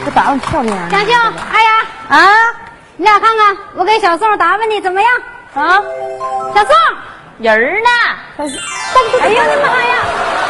这打扮漂亮。 香秀，哎呀啊！你俩看看，我给小宋打扮的怎么样？啊，小宋， 人儿呢？ 哎呀我的妈呀！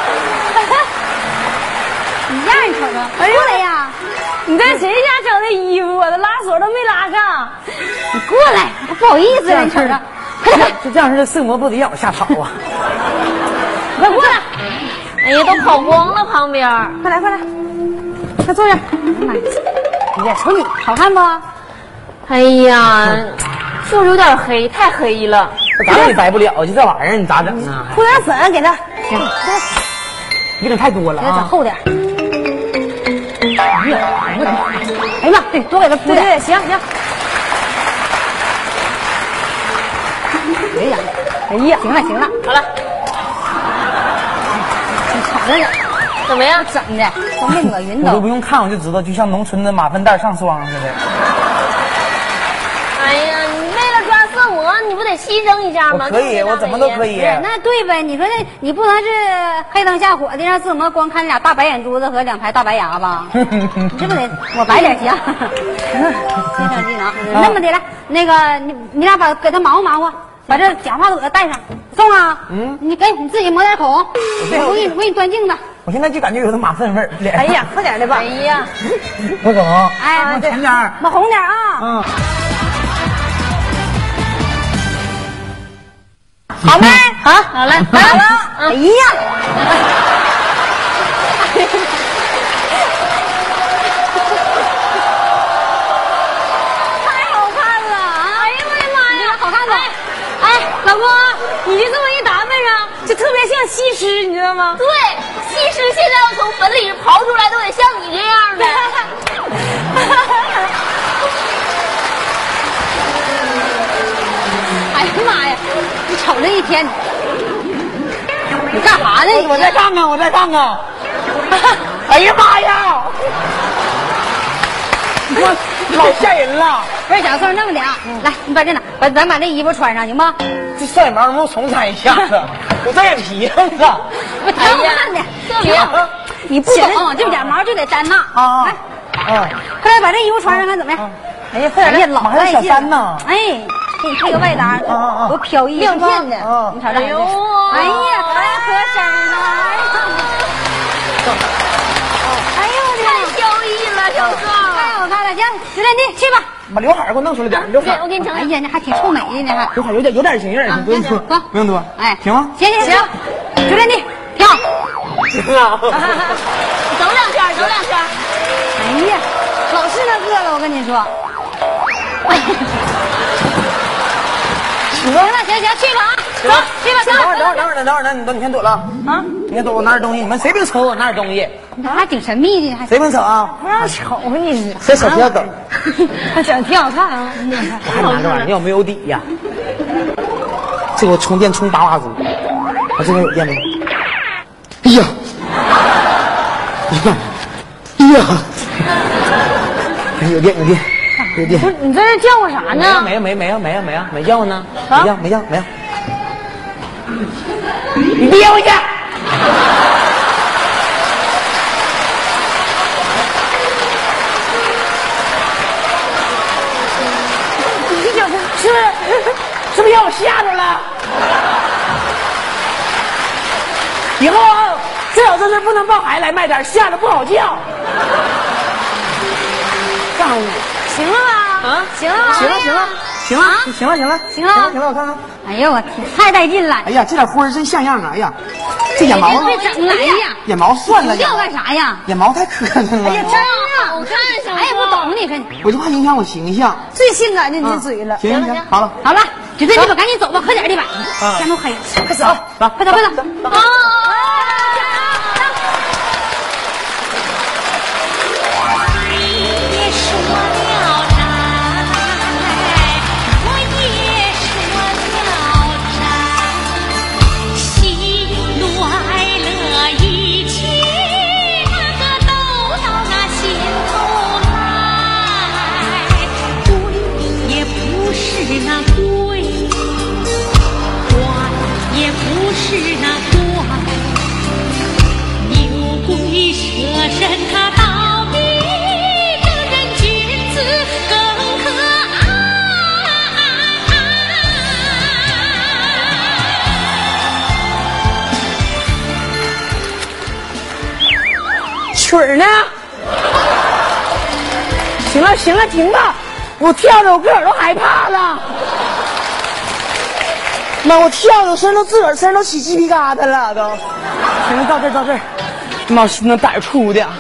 你呀，你瞅瞅，哎呦来呀！ 你在谁家整的衣服啊？这拉锁都没拉上。 你过来，还不好意思了，你瞅瞅。 就这样式的色魔不得让我吓跑啊！ 快过来！ 哎呀，都跑光了旁边。 快来，快来，快坐这儿。哎呀，瞅你好看不？ 哎呀，就是有点黑，太黑了。 咋让你白不了？就这玩意儿，你咋整啊？ 涂点粉给他。行， 有点太多了给他整啊！ 厚点。哎呀妈，对，多给他铺点。对，行行。哎呀，哎呀，行了行了， 好了， 你瞅着点， 怎么样？ 整的都没抹匀都。 我都不用看我就知道，就像农村的马粪袋上霜似的。 哎呀，你为了抓色魔，你不得牺牲一下吗？ 我可以，我怎么都可以。 那对呗，你说这你不能是黑灯瞎火的让色魔光看俩大白眼珠子和两排大白牙吧？你这不得我白点行？欣赏技能，那么的来，那个你俩给他忙活忙活。把这假发朵戴上，送啊！你给你自己抹点口红，对，我给你端镜子。 我现在就感觉有那马粪味儿。 哎呀，快点的吧！ 哎呀， 我怎么？ 哎， 往前点儿， 抹红点啊！好没？ 好，好嘞， 来了！哎呀！ 老公，你就这么一打扮上，就特别像西施，你知道吗？ 对，西施现在要从坟里刨出来，都得像你这样的。 哎呀妈呀！你瞅这一天，你干啥呢？ 我再看看，我再看看。哎呀妈呀！你说老吓人了。 不是小宋，那么的啊，来，你把这拿，咱把这衣服穿上行吗？ 这上眼毛能不能重穿一下子？我这眼皮上子， 我挺好看的， 特别好。 你不懂，这点毛就得粘那啊！ 来，快来把这衣服穿上，看怎么样？ 哎呀，快点！ 老还有小三呢。 哎，给你配个外搭，多飘逸， 亮片的。 你瞅瞅，哎呀，太合身了！哎呦我的， 太飘逸了，小宋。 太好看了，行，就这地去吧。 把刘海给我弄出来点，刘海。 我给你整。 哎呀，你还挺臭美的呢，还。 刘海有点行，不用多，不用多。 哎， 行吗？ 行，就这地，挺好。 行啊。 整两圈，整两圈。 哎呀，老是那个了，我跟你说。行了，行，去吧啊，走，去吧， 等会儿，你先躲了啊！你先躲，我拿点东西，你们谁别瞅我拿点东西？ 你还挺神秘的，还谁甭瞅啊？ 不让瞅你， 谁手要抖？ 他整挺好看啊！ 我还拿这玩意儿，你有没有底呀？这个我充电充8瓦族，我这边有电没？哎呀！哎呀！有电。 不是你在这叫我啥呢？ 没叫呢，没叫。你憋回去！ 你这是不是让我吓着了？ 以后啊，最好这事不能抱孩子来卖点，吓得不好叫。干啥呢？ 行了吧？ 啊， 行了， 我看看。 哎呦我天，太带劲了！ 哎呀，这点花真像样啊！哎呀，这眼毛啊， 别整了！哎呀， 眼毛算了， 要干啥呀？ 眼毛太磕碜了。 哎呀，真好看！哎呀，不懂你说你， 我就怕影响我形象。 最性感的你嘴了。 行，好了， 就这地方赶紧走吧，快点的吧，天都黑了，快走，快走。啊！ 是那怪， 儿呢？行了行了，停吧！我跳着我个儿都害怕了。妈，我跳着身上都起鸡皮疙瘩了都。行了，到这儿。妈，我心能胆粗的。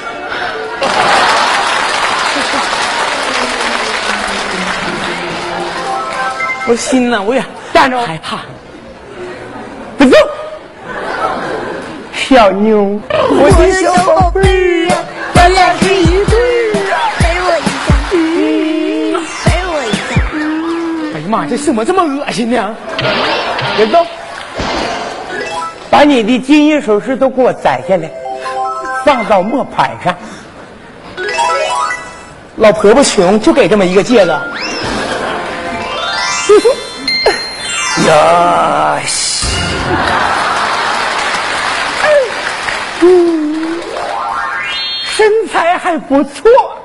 我心呢，我也站着害怕。不走，小妞，我的小宝贝儿啊，咱俩是一对啊， 陪我一下，陪我一下。 哎呀妈，这怎么这么恶心呢？别动，把你的金银首饰都给我摘下来，放到磨盘上。老婆婆穷，就给这么一个戒指。呀西，身材还不错。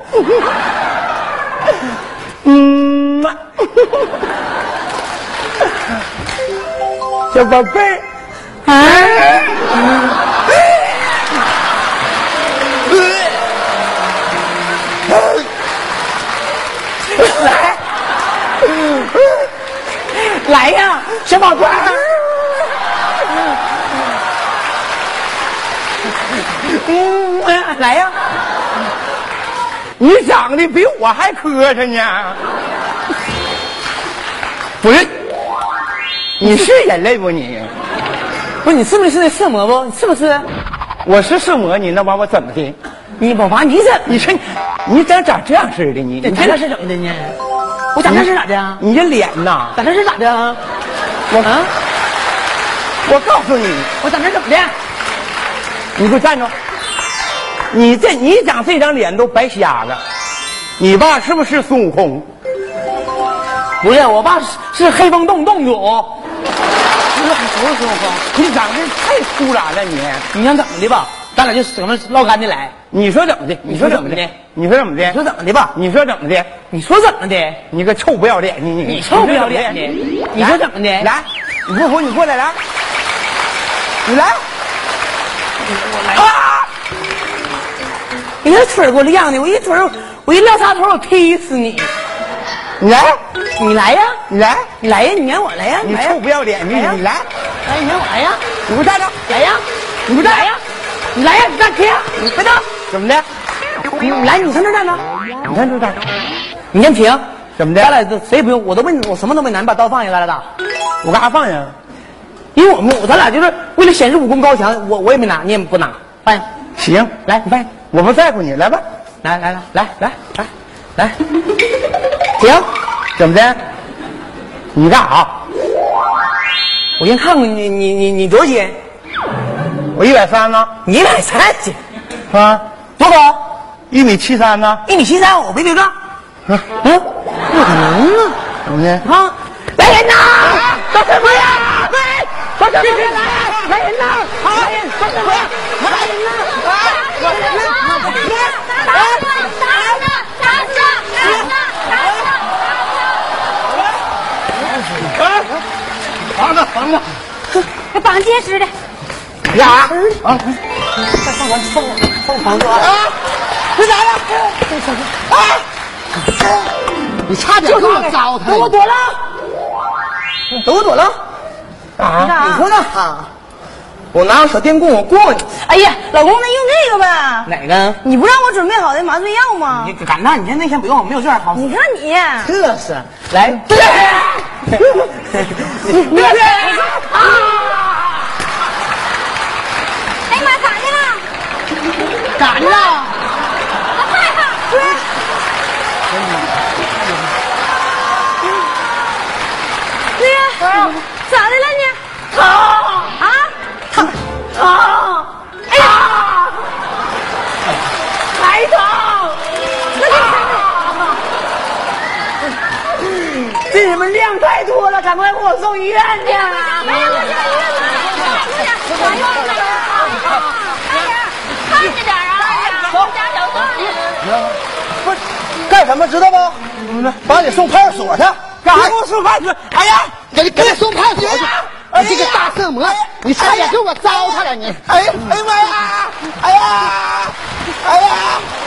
小宝贝儿，来呀，小宝贝儿！来呀！你长得比我还磕碜呢。不是，你是人类不你？不是你是不是那色魔不？你是不是？我是色魔，你那玩意我怎么的？你我妈，你这你说你咋这样似的？你这是怎么的呢？我长这是咋的？你这脸呐，长这是咋的啊？我告诉你，我长这怎么的？你给我站住！你长这张脸都白瞎了。你爸是不是孙悟空？不是，我爸是黑风洞洞主。不是孙悟空，你长得太突然了，你想怎么的吧？咱俩就怎么唠干的来？你说怎么的？你说怎么的？你说怎么的？你说怎么的吧？你说怎么的？你说怎么的？你个臭不要脸！你臭不要脸的！你说怎么的？来，你不服你过来来，你来，我来啊！你这腿给我亮的，我一撂插头我踢死你！你来，你来呀！你来，你来呀！你撵我来呀！你臭不要脸！你来，来，你撵我来呀！你给我站着！来呀！你给我站来呀！你来呀！你站开呀！你别动！怎么的？你来，你上这站着！你看这站着！你先停！怎么的？咱俩谁也不用，我什么都没拿，你把刀放下来了的。我干啥放下？因为咱俩就是为了显示武功高强，我也没拿，你也不拿，放下。行，来，你放下。我不在乎你，来吧。来，停！怎么的？你干啥？我先看看你多少斤？我130呢。你130斤啊？多高？1.73米呢。1.73米，我没对账。不可能啊！怎么的？啊！来人呐！到什么呀？到什么呀？来人呐！来人！到什么呀？来人呐！绑着， 还绑结实的。 俩啊！再放房子啊！别打了！啊！你差点给我糟蹋！等我躲了！啊！你说呢？啊！我拿个小电棍，我过你。 哎呀，老公，那用这个呗。 哪个？ 你不让我准备好的麻醉药吗？ 你敢那？你先那先不用，没有这样好。 你看你， 这是来。你啊！ 哎呀妈，咋的了？ 咋的了？ 我害怕。对。 那个，咋的了你？ 疼啊！ 疼！哎呀！还疼！这你们量太多了，赶快给我送医院去！ 哎呀，我上医院了！ 看着点啊！加小动不是干什么知道不？把你送派出所去！干啥给我送派出所？哎呀， 给你送派出所去！你这个大色魔，你差点给我糟蹋了你！ 哎呀妈呀！哎呀！ 哎呀！